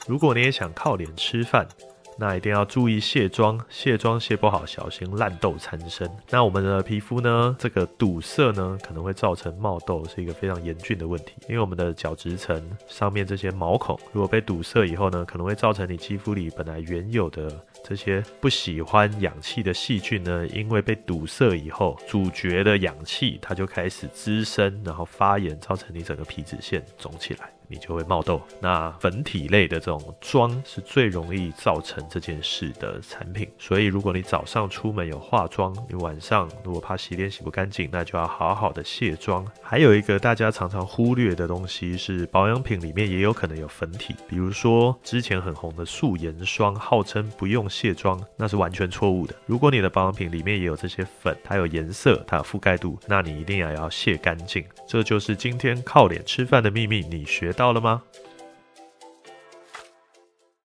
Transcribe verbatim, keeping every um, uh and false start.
如果你也想靠脸吃饭，那一定要注意卸妆，卸妆卸不好，小心烂痘缠身。那我们的皮肤呢，这个堵塞呢，可能会造成冒痘，是一个非常严峻的问题。因为我们的角质层上面这些毛孔，如果被堵塞以后呢，可能会造成你肌肤里本来原有的这些不喜欢氧气的细菌呢，因为被堵塞以后，主角的氧气它就开始滋生，然后发炎，造成你整个皮脂腺肿起来，你就会冒痘。那粉体类的这种妆是最容易造成这件事的产品，所以如果你早上出门有化妆，你晚上如果怕洗脸洗不干净，那就要好好的卸妆。还有一个大家常常忽略的东西是，保养品里面也有可能有粉体，比如说之前很红的素颜霜，号称不用卸妆，那是完全错误的。如果你的保养品里面也有这些粉，它有颜色，它有覆盖度，那你一定也要卸干净。这就是今天靠脸吃饭的秘密，你学到了吗？